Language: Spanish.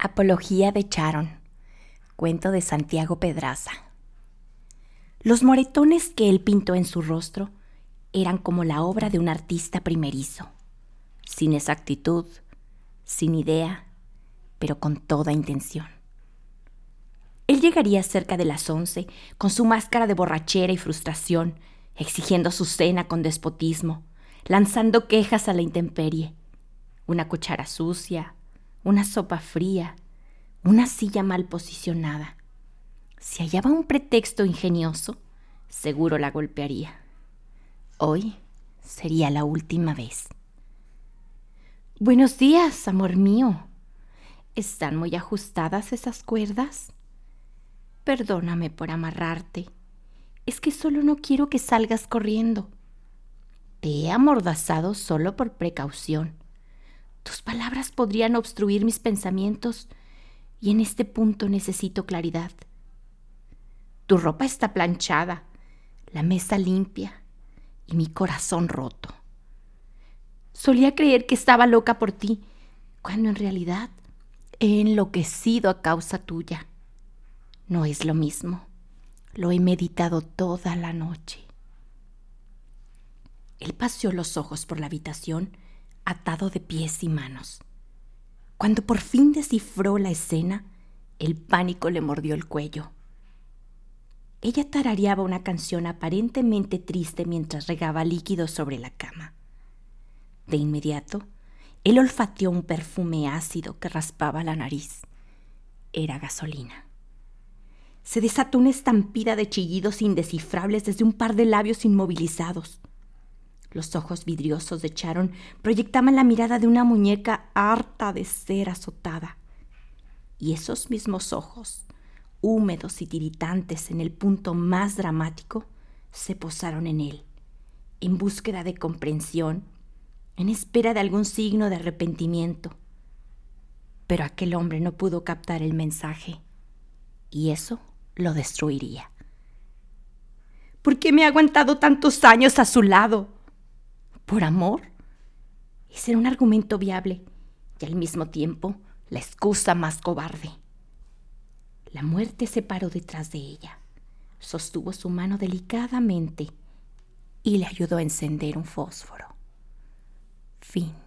Apología de Charon. Cuento de Santiago Pedraza. Los moretones que él pintó en su rostro eran como la obra de un artista primerizo, sin exactitud, sin idea, pero con toda intención. Él llegaría cerca de las 11 con su máscara de borrachera y frustración, exigiendo su cena con despotismo, lanzando quejas a la intemperie. Una cuchara sucia, una sopa fría, una silla mal posicionada. Si hallaba un pretexto ingenioso, seguro la golpearía. Hoy sería la última vez. Buenos días, amor mío. ¿Están muy ajustadas esas cuerdas? Perdóname por amarrarte. Es que solo no quiero que salgas corriendo. Te he amordazado solo por precaución. Tus palabras podrían obstruir mis pensamientos y en este punto necesito claridad. Tu ropa está planchada, la mesa limpia y mi corazón roto. Solía creer que estaba loca por ti, cuando en realidad he enloquecido a causa tuya. No es lo mismo. Lo he meditado toda la noche. Él paseó los ojos por la habitación, atado de pies y manos. Cuando por fin descifró la escena, el pánico le mordió el cuello. Ella tarareaba una canción aparentemente triste mientras regaba líquido sobre la cama. De inmediato, él olfateó un perfume ácido que raspaba la nariz. Era gasolina. Se desató una estampida de chillidos indescifrables desde un par de labios inmovilizados. Los ojos vidriosos de Charon proyectaban la mirada de una muñeca harta de ser azotada. Y esos mismos ojos, húmedos y tiritantes en el punto más dramático, se posaron en él, en búsqueda de comprensión, en espera de algún signo de arrepentimiento. Pero aquel hombre no pudo captar el mensaje, y eso lo destruiría. ¿Por qué me ha aguantado tantos años a su lado? ¿Por amor? Ese era un argumento viable y al mismo tiempo la excusa más cobarde. La muerte se paró detrás de ella, sostuvo su mano delicadamente y le ayudó a encender un fósforo. Fin.